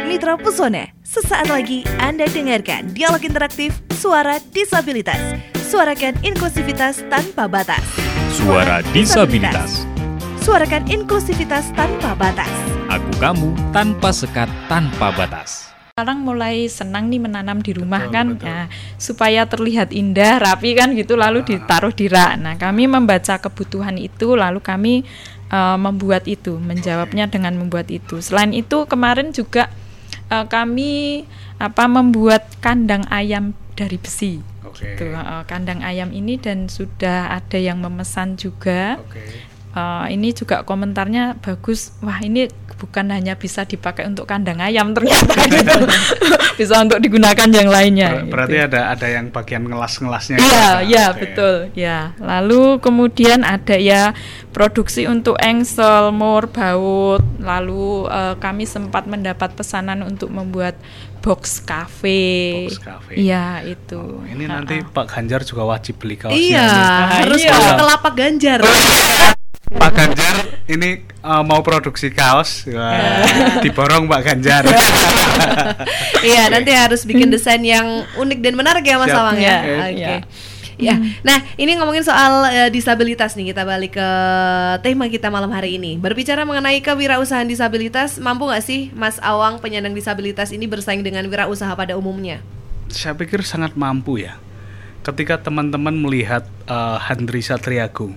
Mitra Pesona, sesaat lagi Anda dengarkan dialog interaktif Suara Disabilitas. Suarakan inklusivitas tanpa batas. Suara Disabilitas. Suarakan inklusivitas tanpa batas. Aku kamu tanpa sekat tanpa batas. Sekarang mulai senang nih menanam di rumah, betul. Ya, supaya terlihat indah, rapi kan gitu, lalu ditaruh di rak. Nah, kami membaca kebutuhan itu, lalu kami membuat itu, menjawabnya dengan membuat itu. Selain itu kemarin juga kami membuat kandang ayam dari besi. Gitu. Kandang ayam ini dan sudah ada yang memesan juga. Ini juga komentarnya bagus. Wah, ini bukan hanya bisa dipakai untuk kandang ayam ternyata gitu. Bisa untuk digunakan yang lainnya. Berarti gitu. ada yang bagian ngelas-ngelasnya. Iya, betul. Ya. Lalu kemudian ada ya produksi untuk engsel, mur, baut. Lalu kami sempat mendapat pesanan untuk membuat box cafe. Iya, itu. Ini nanti Pak Ganjar juga wajib beli kaosnya. Iya, harus masuk ke lapak Ganjar. Pak Ganjar ini mau produksi kaos, diborong Pak Ganjar. Iya, nanti harus bikin desain yang unik dan menarik ya Mas Awang ya. Oke. Ya, nah ini ngomongin soal disabilitas nih, kita balik ke tema kita malam hari ini. Berbicara mengenai kewirausahaan disabilitas, mampu nggak sih Mas Awang penyandang disabilitas ini bersaing dengan wirausaha pada umumnya? Saya pikir sangat mampu ya. Ketika teman-teman melihat Handri Satriago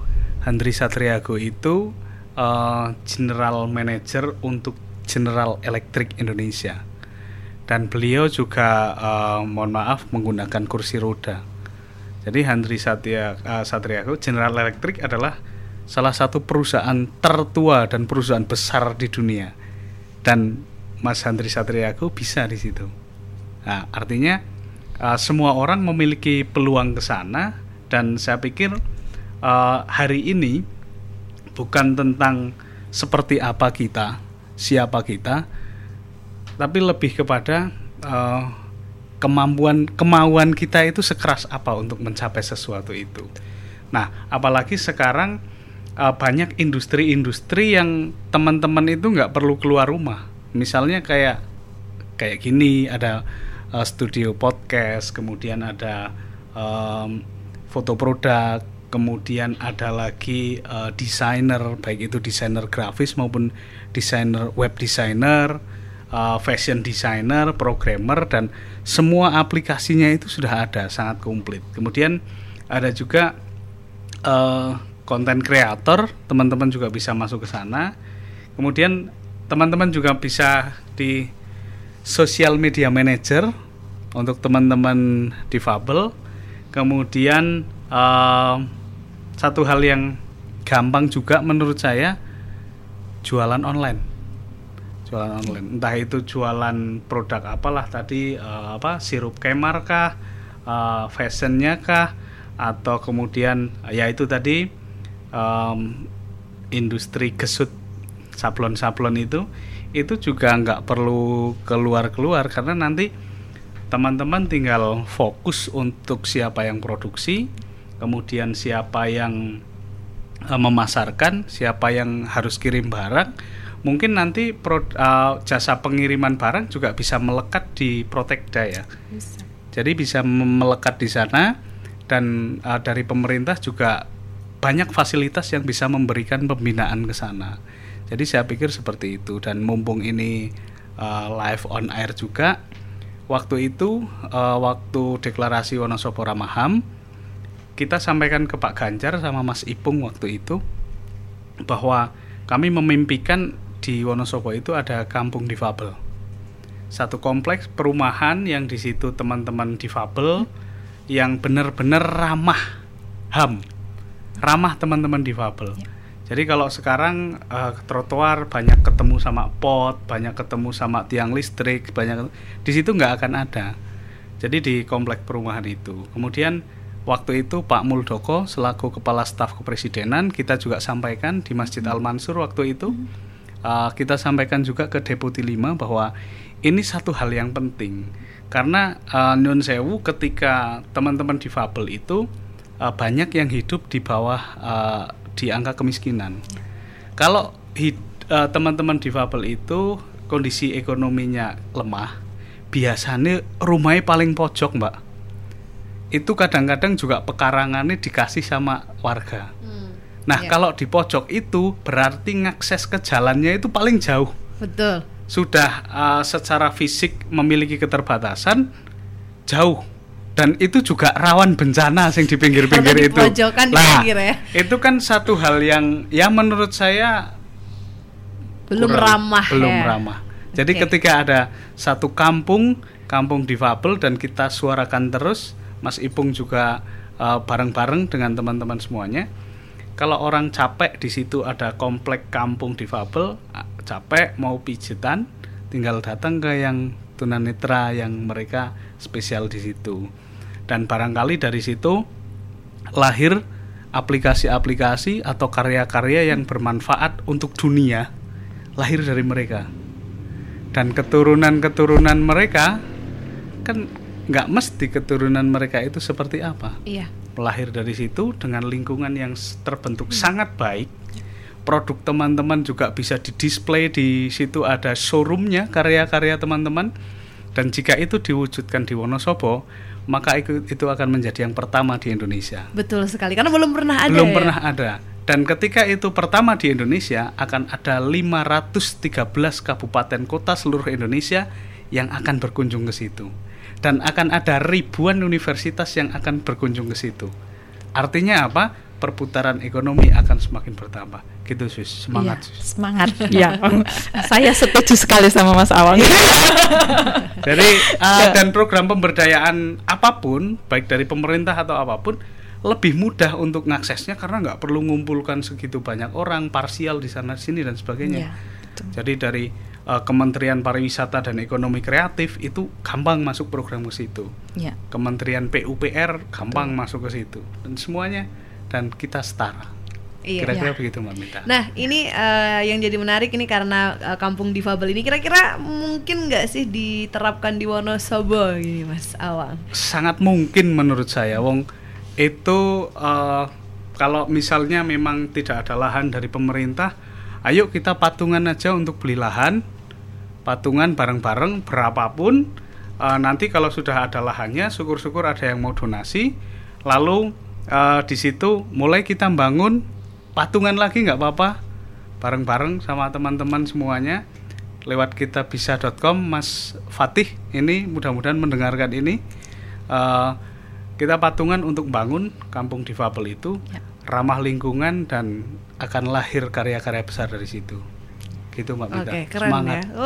itu General Manager untuk General Electric Indonesia, dan beliau juga mohon maaf menggunakan kursi roda. Jadi Handri Satriago, General Electric adalah salah satu perusahaan tertua dan perusahaan besar di dunia, dan Mas Handri Satriago bisa di situ. Nah, artinya semua orang memiliki peluang ke sana, dan saya pikir hari ini bukan tentang seperti apa kita, siapa kita, tapi lebih kepada kemauan kita itu sekeras apa untuk mencapai sesuatu itu. Nah, apalagi sekarang banyak industri-industri yang teman-teman itu nggak perlu keluar rumah. Misalnya kayak gini, ada studio podcast, kemudian ada foto produk, kemudian ada lagi desainer, baik itu desainer grafis maupun desainer web designer, fashion designer, programmer, dan semua aplikasinya itu sudah ada, sangat komplit. Kemudian ada juga content creator, teman-teman juga bisa masuk ke sana. Kemudian teman-teman juga bisa di social media manager untuk teman-teman difabel. Kemudian satu hal yang gampang juga menurut saya, jualan online. Entah itu jualan produk apalah tadi, sirup kemar kah, fashionnya kah, atau kemudian ya itu tadi industri gesut sablon-sablon itu juga nggak perlu keluar karena nanti teman-teman tinggal fokus untuk siapa yang produksi, kemudian siapa yang memasarkan, siapa yang harus kirim barang. Mungkin nanti jasa pengiriman barang juga bisa melekat di Protekda ya. Bisa. Jadi bisa melekat di sana, dan dari pemerintah juga banyak fasilitas yang bisa memberikan pembinaan ke sana. Jadi saya pikir seperti itu, dan mumpung ini live on air juga, waktu itu waktu deklarasi Wonosobo Ramaham, kita sampaikan ke Pak Ganjar sama Mas Ipung waktu itu bahwa kami memimpikan di Wonosobo itu ada kampung difabel, satu kompleks perumahan yang di situ teman-teman difabel yang benar-benar ramah HAM, ramah teman-teman difabel. Jadi kalau sekarang trotoar banyak ketemu sama pot, banyak ketemu sama tiang listrik, banyak di situ nggak akan ada. Jadi di kompleks perumahan itu. Kemudian waktu itu Pak Muldoko selaku Kepala Staf Kepresidenan, kita juga sampaikan di Masjid Al-Mansur waktu itu. Kita sampaikan juga ke Deputi 5 bahwa ini satu hal yang penting, karena nyun sewu ketika teman-teman difabel itu banyak yang hidup di bawah di angka kemiskinan. Kalau teman-teman difabel itu kondisi ekonominya lemah, biasanya rumahnya paling pojok, Mbak. Itu kadang-kadang juga pekarangannya dikasih sama warga. Nah, kalau di pojok itu berarti ngakses ke jalannya itu paling jauh. Betul. Sudah secara fisik memiliki keterbatasan jauh, dan itu juga rawan bencana yang di pinggir-pinggir itu. Nah, itu kan satu hal yang menurut saya belum ramah. Jadi ketika ada satu kampung difabel dan kita suarakan terus, Mas Ipung juga bareng-bareng dengan teman-teman semuanya. Kalau orang capek, di situ ada komplek kampung difabel, capek mau pijitan, tinggal datang ke yang tunanetra yang mereka spesial di situ. Dan barangkali dari situ lahir aplikasi-aplikasi atau karya-karya yang bermanfaat untuk dunia, lahir dari mereka. Dan keturunan-keturunan mereka kan nggak mesti keturunan mereka itu seperti apa. Iya. Lahir dari situ dengan lingkungan yang terbentuk sangat baik. Produk teman-teman juga bisa didisplay di situ, ada showroomnya karya-karya teman-teman. Dan jika itu diwujudkan di Wonosobo, maka itu akan menjadi yang pertama di Indonesia. Betul sekali, karena belum pernah ada. Belum pernah ada. Dan ketika itu pertama di Indonesia, akan ada 513 kabupaten kota seluruh Indonesia yang akan berkunjung ke situ. Dan akan ada ribuan universitas yang akan berkunjung ke situ. Artinya apa? Perputaran ekonomi akan semakin bertambah. Gitu, Sus. Semangat, ya, Sus. Semangat. Ya. Saya setuju sekali sama Mas Awang. Jadi dan program pemberdayaan apapun, baik dari pemerintah atau apapun, lebih mudah untuk ngaksesnya karena nggak perlu ngumpulkan segitu banyak orang, parsial di sana sini dan sebagainya. Ya, jadi dari Kementerian Pariwisata dan Ekonomi Kreatif itu gampang masuk program ke situ. Ya. Kementerian PUPR gampang masuk ke situ, dan semuanya, dan kita setara. Iya. Kira-kira begitu, Mbak Mita. Nah, ini yang jadi menarik ini karena kampung difabel ini kira-kira mungkin nggak sih diterapkan di Wonosobo gini, Mas Awang? Sangat mungkin menurut saya, Wong. Itu kalau misalnya memang tidak ada lahan dari pemerintah, ayo kita patungan aja untuk beli lahan, patungan bareng-bareng berapapun. Nanti kalau sudah ada lahannya, syukur-syukur ada yang mau donasi, lalu di situ mulai kita bangun patungan lagi, nggak apa-apa, bareng-bareng sama teman-teman semuanya. Lewat kitabisa.com, Mas Fatih ini mudah-mudahan mendengarkan ini. Kita patungan untuk bangun kampung difabel itu, ramah lingkungan, dan akan lahir karya-karya besar dari situ. Gitu, Mbak Mita. Oke, keren. Semangat. Ya.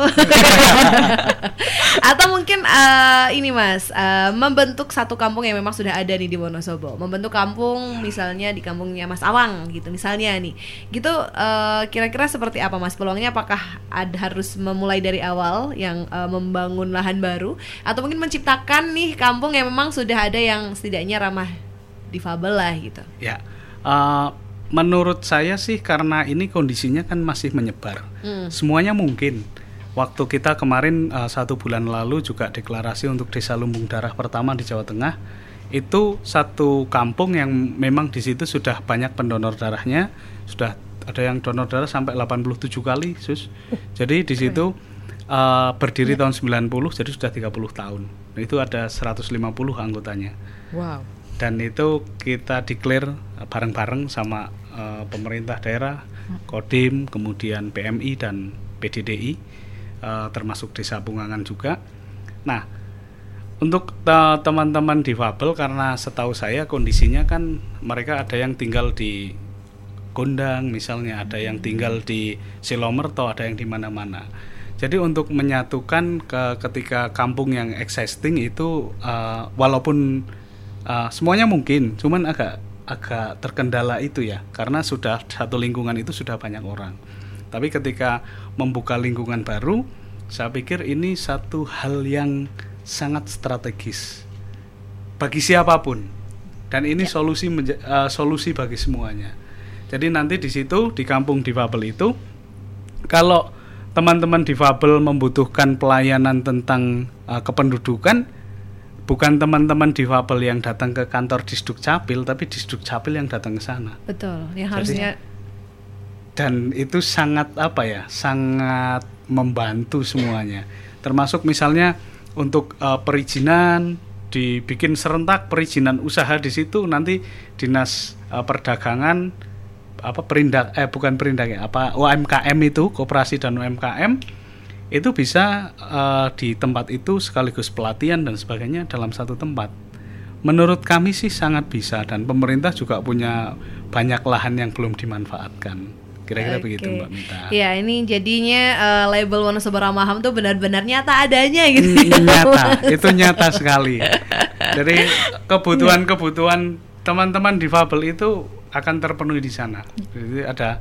Atau mungkin ini, Mas, membentuk satu kampung yang memang sudah ada nih di Wonosobo. Membentuk kampung misalnya di kampungnya Mas Awang gitu misalnya nih. Gitu kira-kira seperti apa, Mas? Peluangnya apakah harus memulai dari awal yang membangun lahan baru, atau mungkin menciptakan nih kampung yang memang sudah ada yang setidaknya ramah difabel lah gitu. Ya. Menurut saya sih karena ini kondisinya kan masih menyebar, semuanya mungkin. Waktu kita kemarin 1 bulan lalu juga deklarasi untuk Desa Lumbung Darah pertama di Jawa Tengah, itu satu kampung yang memang di situ sudah banyak pendonor darahnya, sudah ada yang donor darah sampai 87 kali, Sus. Jadi di situ berdiri tahun 90, jadi sudah 30 tahun. Itu ada 150 anggotanya. Wow. Dan itu kita declare bareng-bareng sama pemerintah daerah, Kodim, kemudian PMI dan PDDI, termasuk Desa Bungangan juga. Nah, untuk teman-teman difabel, karena setahu saya kondisinya kan mereka ada yang tinggal di Gondang misalnya, ada yang tinggal di Silomerto, ada yang di mana-mana. Jadi untuk menyatukan ketika kampung yang existing itu, walaupun semuanya mungkin, cuman agak terkendala itu ya, karena sudah satu lingkungan itu sudah banyak orang. Tapi ketika membuka lingkungan baru, saya pikir ini satu hal yang sangat strategis bagi siapapun, dan ini solusi bagi semuanya. Jadi nanti di situ, di kampung difabel itu, kalau teman-teman difabel membutuhkan pelayanan tentang kependudukan, bukan teman-teman difabel yang datang ke kantor Disduk Capil, tapi Disduk Capil yang datang ke sana. Betul, yang harusnya. Dan itu sangat sangat membantu semuanya. Termasuk misalnya untuk perizinan, dibikin serentak perizinan usaha di situ, nanti dinas perdagangan UMKM itu, koperasi dan UMKM itu bisa di tempat itu sekaligus pelatihan dan sebagainya dalam satu tempat. Menurut kami sih sangat bisa, dan pemerintah juga punya banyak lahan yang belum dimanfaatkan. Kira-kira begitu Mbak Mita. Ya, ini jadinya label Wonosobo Ramah HAM tuh benar-benar nyata adanya gitu. Nyata, itu nyata sekali. Jadi kebutuhan teman-teman difabel itu akan terpenuhi di sana. Jadi ada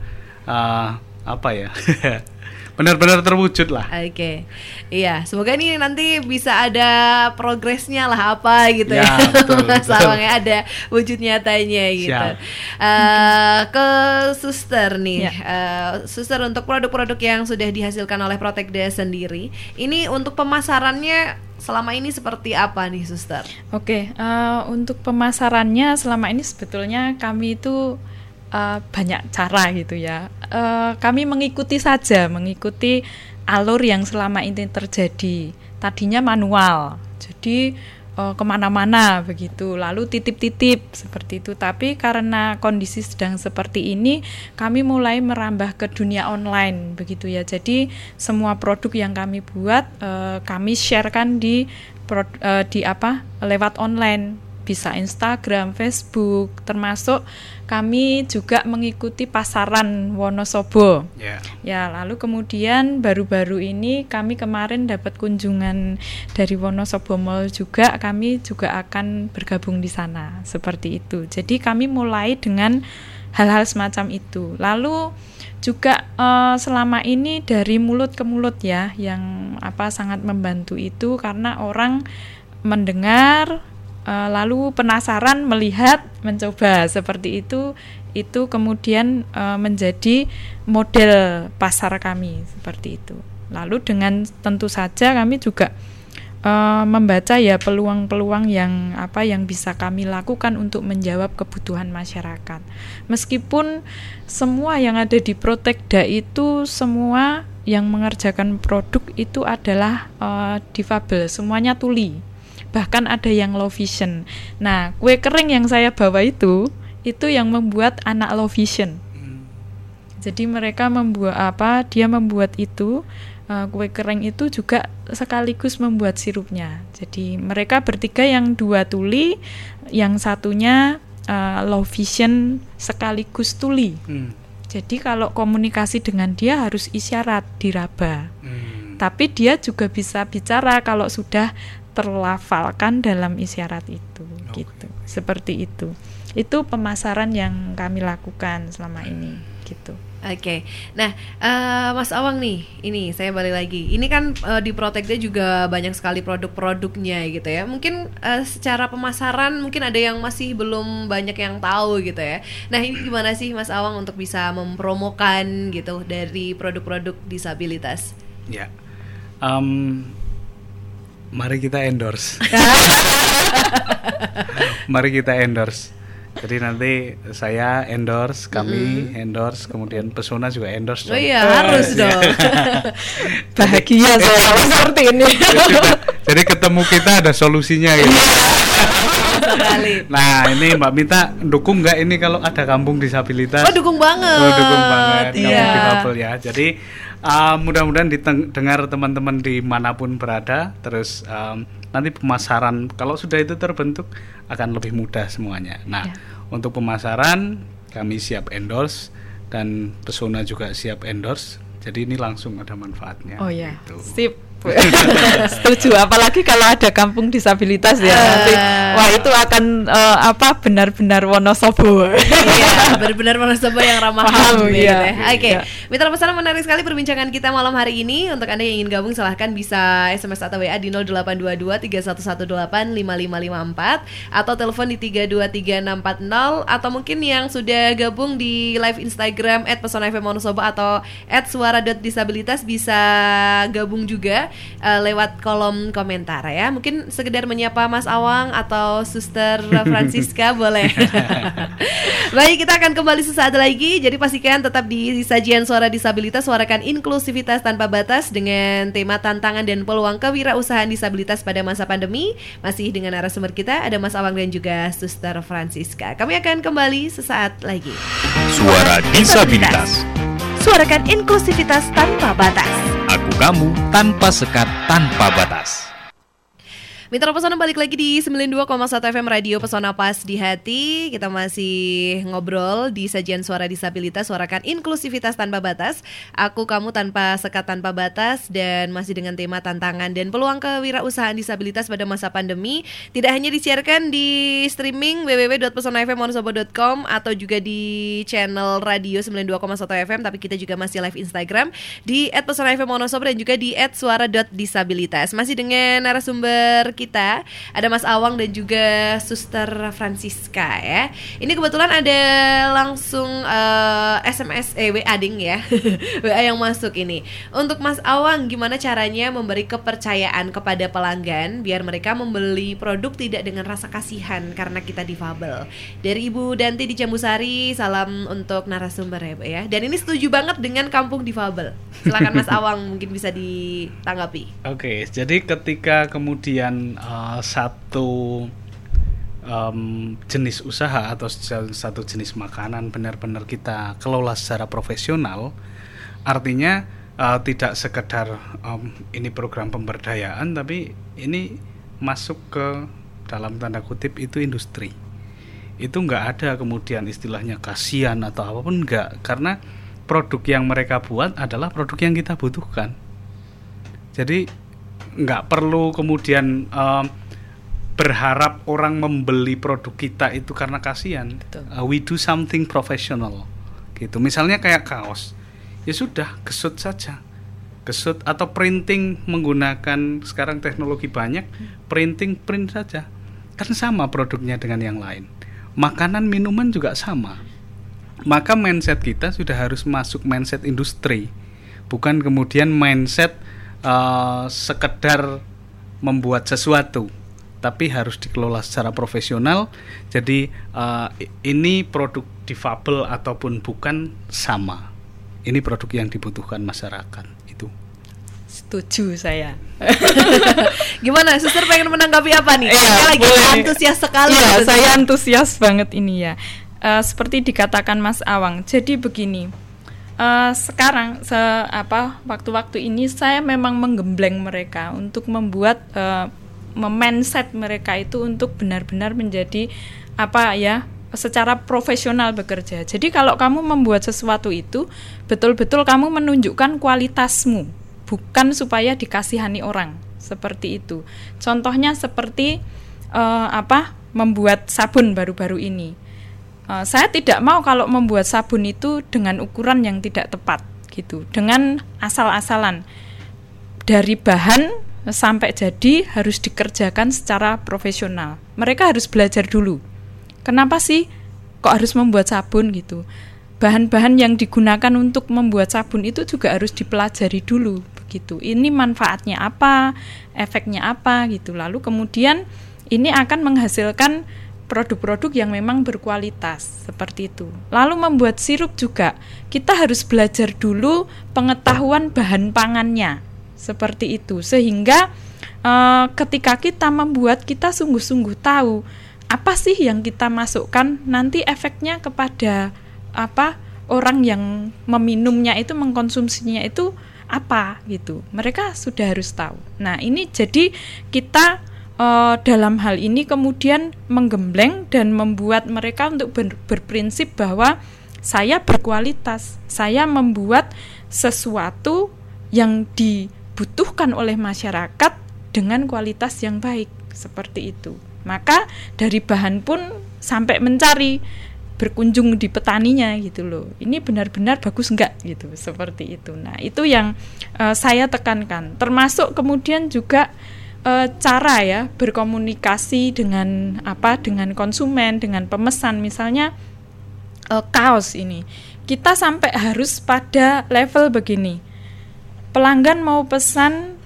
benar-benar terwujud lah. Oke. Iya, semoga ini nanti bisa ada progresnya lah apa gitu ya. Betul. Samanya ada wujud nyatanya gitu. Ke Suster nih. Suster, untuk produk-produk yang sudah dihasilkan oleh Protekda sendiri, ini untuk pemasarannya selama ini seperti apa nih Suster? Oke, untuk pemasarannya selama ini sebetulnya kami itu banyak cara gitu ya. Kami mengikuti alur yang selama ini terjadi. Tadinya manual, jadi kemana-mana begitu, lalu titip-titip seperti itu. Tapi karena kondisi sedang seperti ini, kami mulai merambah ke dunia online begitu ya. Jadi semua produk yang kami buat kami sharekan lewat online, bisa Instagram, Facebook, termasuk kami juga mengikuti pasaran Wonosobo. Ya, lalu kemudian baru-baru ini kami kemarin dapat kunjungan dari Wonosobo Mall juga, kami juga akan bergabung di sana, seperti itu. Jadi kami mulai dengan hal-hal semacam itu. Lalu juga selama ini dari mulut ke mulut ya, yang sangat membantu itu, karena orang mendengar lalu penasaran, melihat, mencoba, seperti itu kemudian menjadi model pasar kami, seperti itu. Lalu dengan tentu saja kami juga membaca ya peluang-peluang yang bisa kami lakukan untuk menjawab kebutuhan masyarakat. Meskipun semua yang ada di Protekda itu, semua yang mengerjakan produk itu adalah difabel, semuanya tuli. Bahkan ada yang low vision. Nah, kue kering yang saya bawa itu yang membuat anak low vision. Jadi mereka membuat itu kue kering itu juga sekaligus membuat sirupnya. Jadi mereka bertiga, yang 2 tuli, yang satunya low vision sekaligus tuli. Jadi kalau komunikasi dengan dia harus isyarat, diraba. Tapi dia juga bisa bicara kalau sudah terlafalkan dalam isyarat itu, gitu. Seperti itu. Itu pemasaran yang kami lakukan selama ini, gitu. Oke. Nah, Mas Awang nih, ini saya balik lagi. Ini kan di Protekda juga banyak sekali produk-produknya gitu ya. Mungkin secara pemasaran mungkin ada yang masih belum banyak yang tahu gitu ya. Nah, ini gimana sih Mas Awang untuk bisa mempromokan gitu dari produk-produk disabilitas? Ya. Mari kita endorse. Mari kita endorse. Jadi nanti saya endorse, kami endorse, kemudian Pesona juga endorse. Oh iya, harus dong. Bahagia saya kalau seperti ini. Jadi ketemu kita ada solusinya gitu. Nah, ini Mbak Mita dukung nggak ini kalau ada kampung disabilitas? Oh, dukung banget. Dukung banget. Kampung difabel ya. Jadi mudah-mudahan didengar teman-teman dimanapun berada. Terus nanti pemasaran kalau sudah itu terbentuk akan lebih mudah semuanya. Nah, untuk pemasaran kami siap endorse dan Pesona juga siap endorse. Jadi ini langsung ada manfaatnya. Oh ya, gitu. Sip. Setuju, apalagi kalau ada kampung disabilitas ya nanti, wah itu akan benar-benar Wonosobo. Iya, benar-benar Wonosobo yang ramah HAM gitu ya. Oke. Iya. Mitra Pesona, menarik sekali perbincangan kita malam hari ini. Untuk Anda yang ingin gabung silahkan bisa SMS atau WA di 0822 3118 5554 atau telepon di 323640, atau mungkin yang sudah gabung di live Instagram @pesona_fm Wonosobo atau @suara.disabilitas bisa gabung juga juga lewat kolom komentar ya. Mungkin sekedar menyapa Mas Awang atau Suster Francisca boleh. Baik, kita akan kembali sesaat lagi. Jadi pastikan tetap di sajian Suara Disabilitas, suarakan inklusivitas tanpa batas dengan tema tantangan dan peluang kewirausahaan disabilitas pada masa pandemi. Masih dengan narasumber kita ada Mas Awang dan juga Suster Francisca. Kami akan kembali sesaat lagi. Suara Disabilitas. Suarakan inklusivitas tanpa batas. Aku kamu tanpa sekat, tanpa batas. Mitra Pesona balik lagi di 92,1 FM Radio Pesona Pas di Hati. Kita masih ngobrol di sajian Suara Disabilitas, suarakan inklusivitas tanpa batas. Aku kamu tanpa sekat, tanpa batas. Dan masih dengan tema tantangan dan peluang kewirausahaan disabilitas pada masa pandemi. Tidak hanya disiarkan di streaming www.pesonafmwonosobo.com atau juga di channel radio 92,1 FM, tapi kita juga masih live Instagram di @pesonafmwonosobo dan juga di @suara.disabilitas. Masih dengan narasumber kita, ada Mas Awang dan juga Suster Francisca ya. Ini kebetulan ada langsung SMS WA ding ya. WA yang masuk ini. Untuk Mas Awang, gimana caranya memberi kepercayaan kepada pelanggan biar mereka membeli produk tidak dengan rasa kasihan karena kita difabel. Dari Ibu Danti di Jambusari, salam untuk narasumber ya, Pak ya. Dan ini setuju banget dengan kampung difabel. Silakan Mas Awang, mungkin bisa ditanggapi. Oke, jadi ketika kemudian satu jenis usaha atau satu jenis makanan benar-benar kita kelola secara profesional, artinya tidak sekedar ini program pemberdayaan, tapi ini masuk ke dalam tanda kutip itu industri. Itu nggak ada kemudian istilahnya kasihan atau apapun, nggak, karena produk yang mereka buat adalah produk yang kita butuhkan. Jadi nggak perlu kemudian berharap orang membeli produk kita itu karena kasihan. We do something professional gitu. Misalnya kayak kaos, ya sudah gesut saja, gesut atau printing menggunakan sekarang teknologi banyak, print saja, kan sama produknya dengan yang lain. Makanan minuman juga sama. Maka mindset kita sudah harus masuk mindset industri, bukan kemudian mindset sekedar membuat sesuatu, tapi harus dikelola secara profesional. Jadi ini produk difabel ataupun bukan sama, ini produk yang dibutuhkan masyarakat. Itu setuju saya. Gimana, Suster pengen menanggapi apa nih? Saya lagi antusias sekali. Iya, saya antusias banget ini ya. Seperti dikatakan Mas Awang. Jadi begini, sekarang waktu-waktu ini saya memang menggembleng mereka untuk membuat mindset mereka itu untuk benar-benar menjadi secara profesional bekerja. Jadi kalau kamu membuat sesuatu itu betul-betul kamu menunjukkan kualitasmu, bukan supaya dikasihani orang, seperti itu. Contohnya seperti membuat sabun baru-baru ini. Saya tidak mau kalau membuat sabun itu dengan ukuran yang tidak tepat gitu, dengan asal-asalan. Dari bahan sampai jadi harus dikerjakan secara profesional. Mereka harus belajar dulu. Kenapa sih kok harus membuat sabun gitu? Bahan-bahan yang digunakan untuk membuat sabun itu juga harus dipelajari dulu begitu. Ini manfaatnya apa, efeknya apa gitu. Lalu kemudian ini akan menghasilkan produk-produk yang memang berkualitas, seperti itu. Lalu membuat sirup juga, kita harus belajar dulu pengetahuan bahan pangannya, seperti itu. Sehingga ketika kita membuat, kita sungguh-sungguh tahu apa sih yang kita masukkan, nanti efeknya kepada orang yang meminumnya itu, mengkonsumsinya itu apa gitu. Mereka sudah harus tahu. Nah, ini jadi kita dalam hal ini kemudian menggembleng dan membuat mereka untuk berprinsip bahwa saya berkualitas, saya membuat sesuatu yang dibutuhkan oleh masyarakat dengan kualitas yang baik, seperti itu. Maka dari bahan pun sampai mencari, berkunjung di petaninya gitu loh. Ini benar-benar bagus enggak gitu, seperti itu. Nah, itu yang saya tekankan. Termasuk kemudian juga cara ya berkomunikasi dengan dengan konsumen, dengan pemesan. Misalnya kaos ini kita sampai harus pada level begini, pelanggan mau pesan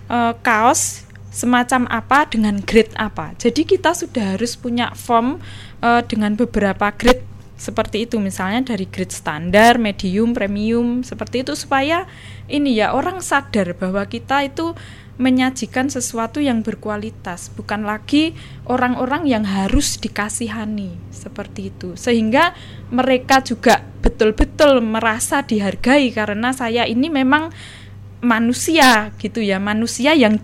kaos semacam apa dengan grade apa. Jadi kita sudah harus punya form dengan beberapa grade seperti itu, misalnya dari grade standar, medium, premium, seperti itu, supaya ini ya orang sadar bahwa kita itu menyajikan sesuatu yang berkualitas, bukan lagi orang-orang yang harus dikasihani, seperti itu. Sehingga mereka juga betul-betul merasa dihargai karena saya ini memang manusia gitu ya, manusia yang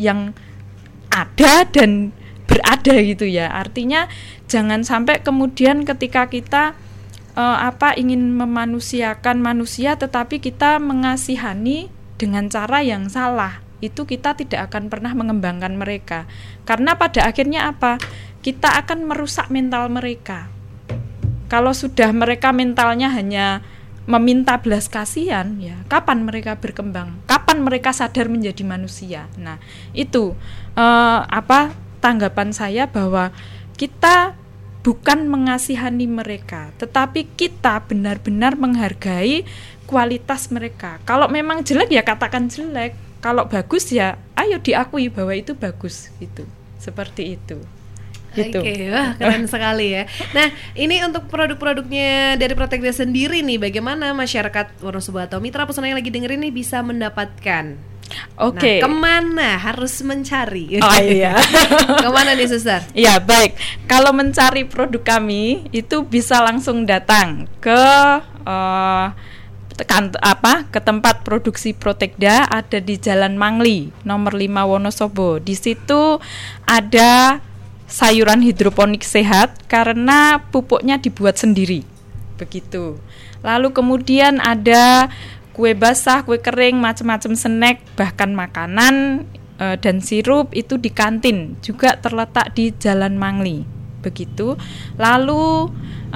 ada dan berada gitu ya. Artinya jangan sampai kemudian ketika kita ingin memanusiakan manusia tetapi kita mengasihani dengan cara yang salah. Itu kita tidak akan pernah mengembangkan mereka. Karena pada akhirnya apa? Kita akan merusak mental mereka. Kalau sudah mereka mentalnya hanya meminta belas kasihan, ya kapan mereka berkembang? Kapan mereka sadar menjadi manusia? Nah, itu tanggapan saya, bahwa kita bukan mengasihani mereka, tetapi kita benar-benar menghargai kualitas mereka. Kalau memang jelek ya katakan jelek, kalau bagus ya ayo diakui bahwa itu bagus, gitu. Seperti itu. Gitu. Oke, wah keren sekali ya. Nah, ini untuk produk-produknya dari Protecda sendiri nih, bagaimana masyarakat Wonosobo atau mitra pesona yang lagi dengerin nih bisa mendapatkan? Oke. Nah, kemana harus mencari? Oh iya. Kemana nih, Suster? Ya baik. Kalau mencari produk kami itu bisa langsung datang ke ke tempat produksi Protecda, ada di Jalan Mangli nomor 5 Wonosobo. Di situ ada sayuran hidroponik sehat karena pupuknya dibuat sendiri, begitu. Lalu kemudian ada kue basah, kue kering, macam-macam snack, bahkan makanan dan sirup itu di kantin, juga terletak di Jalan Mangli, begitu. Lalu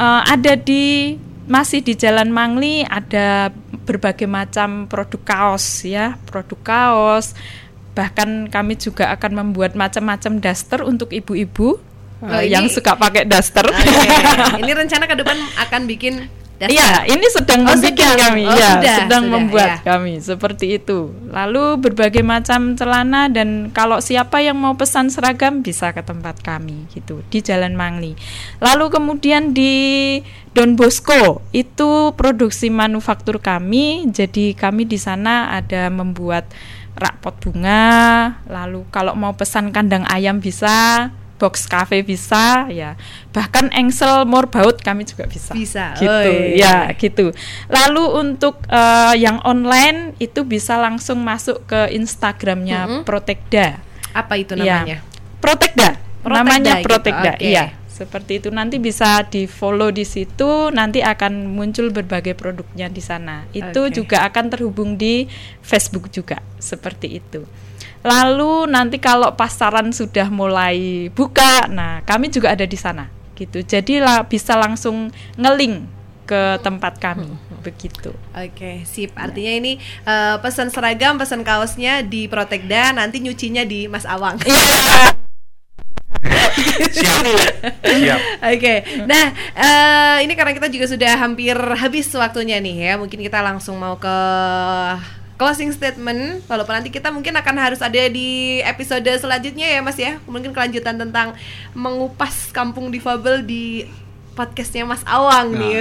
masih di Jalan Mangli ada berbagai macam produk kaos ya, produk kaos. Bahkan kami juga akan membuat macam-macam daster untuk ibu-ibu yang suka pakai daster. Okay. Ini rencana ke depan akan bikin daster? Iya, ini sedang membuat kami. Sedang membuat ya. Kami seperti itu. Lalu berbagai macam celana, dan kalau siapa yang mau pesan seragam bisa ke tempat kami gitu di Jalan Mangli. Lalu kemudian di Don Bosco itu produksi manufaktur kami. Jadi kami di sana ada membuat rak pot bunga, lalu kalau mau pesan kandang ayam bisa, box cafe bisa, ya bahkan engsel morbaut kami juga bisa. Gitu, ya gitu. Lalu untuk yang online itu bisa langsung masuk ke Instagramnya Protecda. Apa itu namanya? Ya, Protecda. Namanya Protecda. Gitu. Okay. Iya. Seperti itu, nanti bisa di-follow di situ, nanti akan muncul berbagai produknya di sana. Itu juga akan terhubung di Facebook juga, seperti itu. Lalu nanti kalau pasaran sudah mulai buka, nah kami juga ada di sana, gitu. Jadi bisa langsung nge-link ke tempat kami, begitu. Oke, sip. Artinya ini pesan seragam, pesan kaosnya di Protecda, nanti nyucinya di Mas Awang. Siap. Oke. Nah, ini karena kita juga sudah hampir habis waktunya nih ya. Mungkin kita langsung mau ke closing statement. Walaupun nanti kita mungkin akan harus ada di episode selanjutnya ya, Mas ya. Mungkin kelanjutan tentang mengupas kampung difabel di podcastnya Mas Awang nih.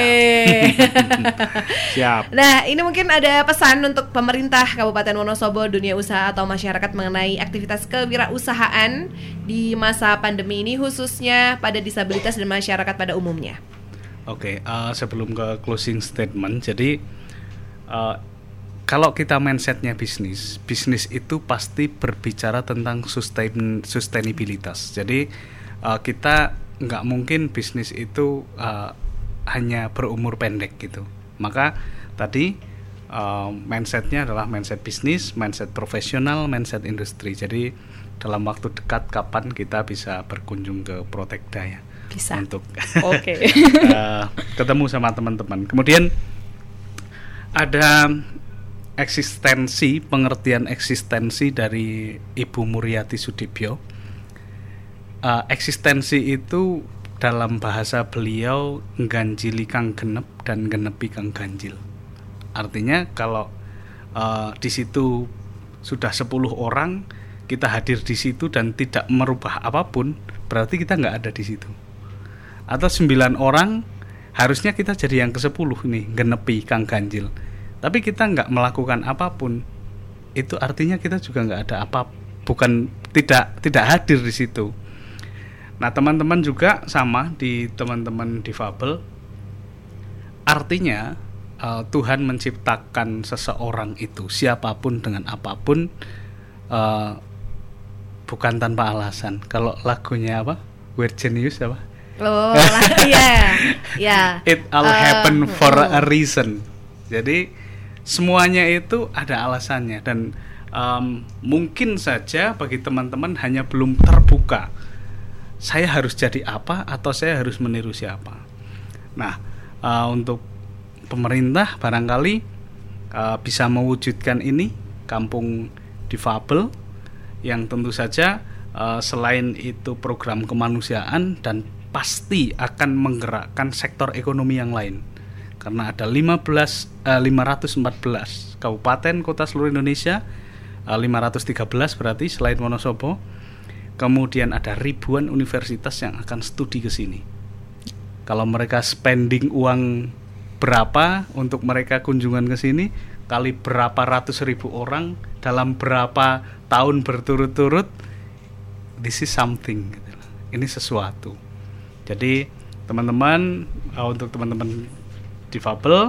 Siap. Nah, ini mungkin ada pesan untuk pemerintah Kabupaten Wonosobo, dunia usaha atau masyarakat mengenai aktivitas kewirausahaan di masa pandemi ini, khususnya pada disabilitas dan masyarakat pada umumnya. Oke, sebelum ke closing statement, jadi kalau kita mindsetnya bisnis itu pasti berbicara tentang sustainabilitas. Jadi kita nggak mungkin bisnis itu hanya berumur pendek gitu. Maka tadi mindsetnya adalah mindset bisnis, mindset profesional, mindset industri. Jadi dalam waktu dekat kapan kita bisa berkunjung ke Protecda ya? Bisa. Untuk ketemu sama teman-teman. Kemudian ada pengertian eksistensi dari Ibu Muryati Sudibyo. Eksistensi itu dalam bahasa beliau ngganjili kang genep dan genepi kang ganjil. Artinya kalau di situ sudah 10 orang kita hadir di situ dan tidak merubah apapun, berarti kita nggak ada di situ. Atau 9 orang harusnya kita jadi yang ke-10 nih, genepi Kang Ganjil, tapi kita nggak melakukan apapun, itu artinya kita juga nggak ada apa, bukan tidak hadir di situ. Nah, teman-teman juga sama di teman-teman difabel, artinya Tuhan menciptakan seseorang itu, siapapun dengan apapun, bukan tanpa alasan. Kalau lagunya apa? We're Genius apa? Oh, iya. It all happen for a reason. Jadi semuanya itu ada alasannya, dan mungkin saja bagi teman-teman hanya belum terbuka. Saya harus jadi apa atau saya harus meniru siapa? Nah, untuk pemerintah barangkali bisa mewujudkan ini kampung difabel, yang tentu saja selain itu program kemanusiaan dan pasti akan menggerakkan sektor ekonomi yang lain, karena ada 514 kabupaten kota seluruh Indonesia, 513 berarti selain Wonosobo, kemudian ada ribuan universitas yang akan studi ke sini. Kalau mereka spending uang berapa untuk mereka kunjungan ke sini, kali berapa ratus ribu orang dalam berapa tahun berturut-turut, this is something gitu. Ini sesuatu. Jadi teman-teman, untuk teman-teman difabel,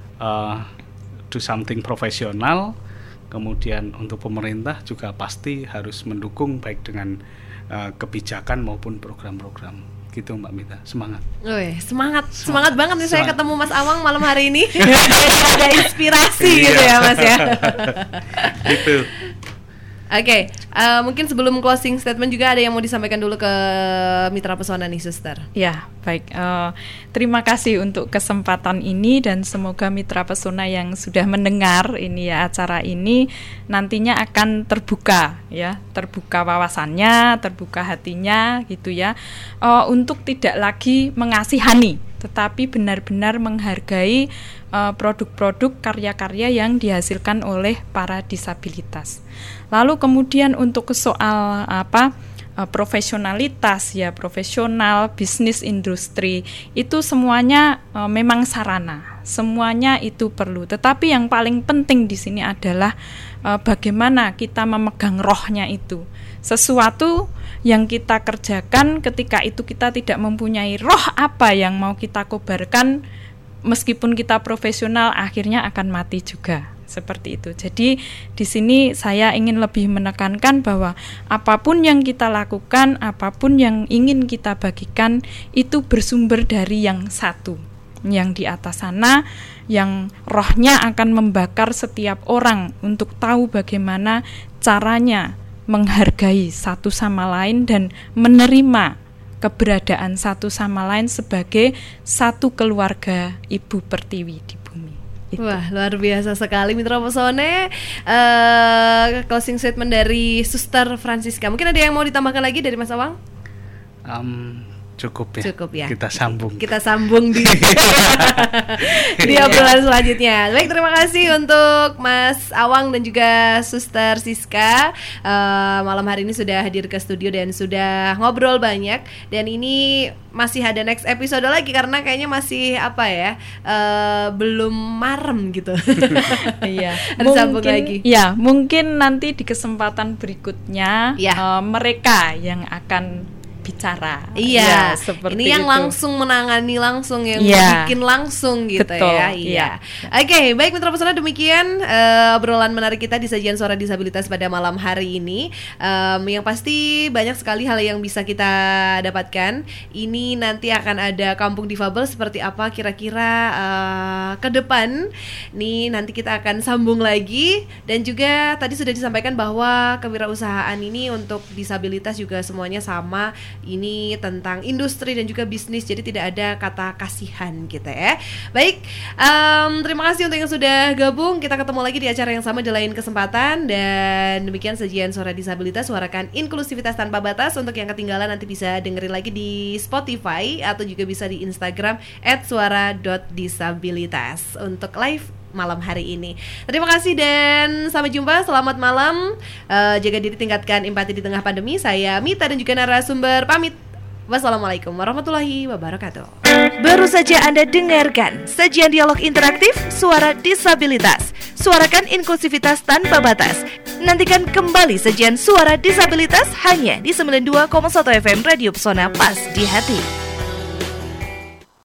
do something profesional. Kemudian untuk pemerintah juga pasti harus mendukung baik dengan kebijakan maupun program-program. Gitu Mbak Mita, semangat. Semangat banget nih saya ketemu Mas Awang malam hari ini. Ada inspirasi gitu ya Mas ya. Gitu. Oke, mungkin sebelum closing statement juga ada yang mau disampaikan dulu ke Mitra Pesona nih, Suster. Ya, baik. Terima kasih untuk kesempatan ini, dan semoga Mitra Pesona yang sudah mendengar ini ya, acara ini nantinya akan terbuka ya, terbuka wawasannya, terbuka hatinya gitu ya, untuk tidak lagi mengasihani, tetapi benar-benar menghargai produk-produk karya-karya yang dihasilkan oleh para disabilitas. Lalu kemudian untuk soal profesionalitas ya, profesional, bisnis, industri, itu semuanya memang sarana, semuanya itu perlu. Tetapi yang paling penting di sini adalah bagaimana kita memegang rohnya itu. Sesuatu yang kita kerjakan ketika itu kita tidak mempunyai roh apa yang mau kita kobarkan, meskipun kita profesional akhirnya akan mati juga. Seperti itu. Jadi di sini saya ingin lebih menekankan bahwa apapun yang kita lakukan, apapun yang ingin kita bagikan, itu bersumber dari yang satu, yang di atas sana, yang rohnya akan membakar setiap orang untuk tahu bagaimana caranya menghargai satu sama lain dan menerima keberadaan satu sama lain sebagai satu keluarga Ibu Pertiwi di bumi. Wah, luar biasa sekali Mitra Pesona. Closing statement dari Suster Francisca. Mungkin ada yang mau ditambahkan lagi dari Mas Awang? Cukup ya. Kita sambung di obrolan selanjutnya. Baik, terima kasih untuk Mas Awang dan juga Suster Siska. Malam hari ini sudah hadir ke studio dan sudah ngobrol banyak. Dan ini masih ada next episode lagi karena kayaknya masih belum marem gitu. Iya. Sambung lagi. Ya, mungkin nanti di kesempatan berikutnya mereka yang akan bicara. Iya, seperti ini yang itu. langsung menangani langsung, yang bikin langsung gitu. Betul, ya. Iya. Oke, baik Mitra Pesona, demikian obrolan menarik kita di sajian Suara Disabilitas pada malam hari ini. Yang pasti banyak sekali hal yang bisa kita dapatkan. Ini nanti akan ada kampung difabel seperti apa kira-kira ke depan. Nih nanti kita akan sambung lagi, dan juga tadi sudah disampaikan bahwa kewirausahaan ini untuk disabilitas juga semuanya sama. Ini tentang industri dan juga bisnis, jadi tidak ada kata kasihan gitu ya. Baik, terima kasih untuk yang sudah gabung. Kita ketemu lagi di acara yang sama di lain kesempatan. Dan demikian sajian Suara Disabilitas, suarakan inklusivitas tanpa batas. Untuk yang ketinggalan nanti bisa dengerin lagi di Spotify atau juga bisa di Instagram @suara.disabilitas. Untuk live malam hari ini. Terima kasih dan sampai jumpa. Selamat malam. Jaga diri, tingkatkan empati di tengah pandemi. Saya Mita dan juga narasumber pamit. Wassalamualaikum warahmatullahi wabarakatuh. Baru saja Anda dengarkan sajian dialog interaktif Suara Disabilitas. Suarakan inklusivitas tanpa batas. Nantikan kembali sajian Suara Disabilitas hanya di 92,1 FM Radio Pesona Pas di Hati.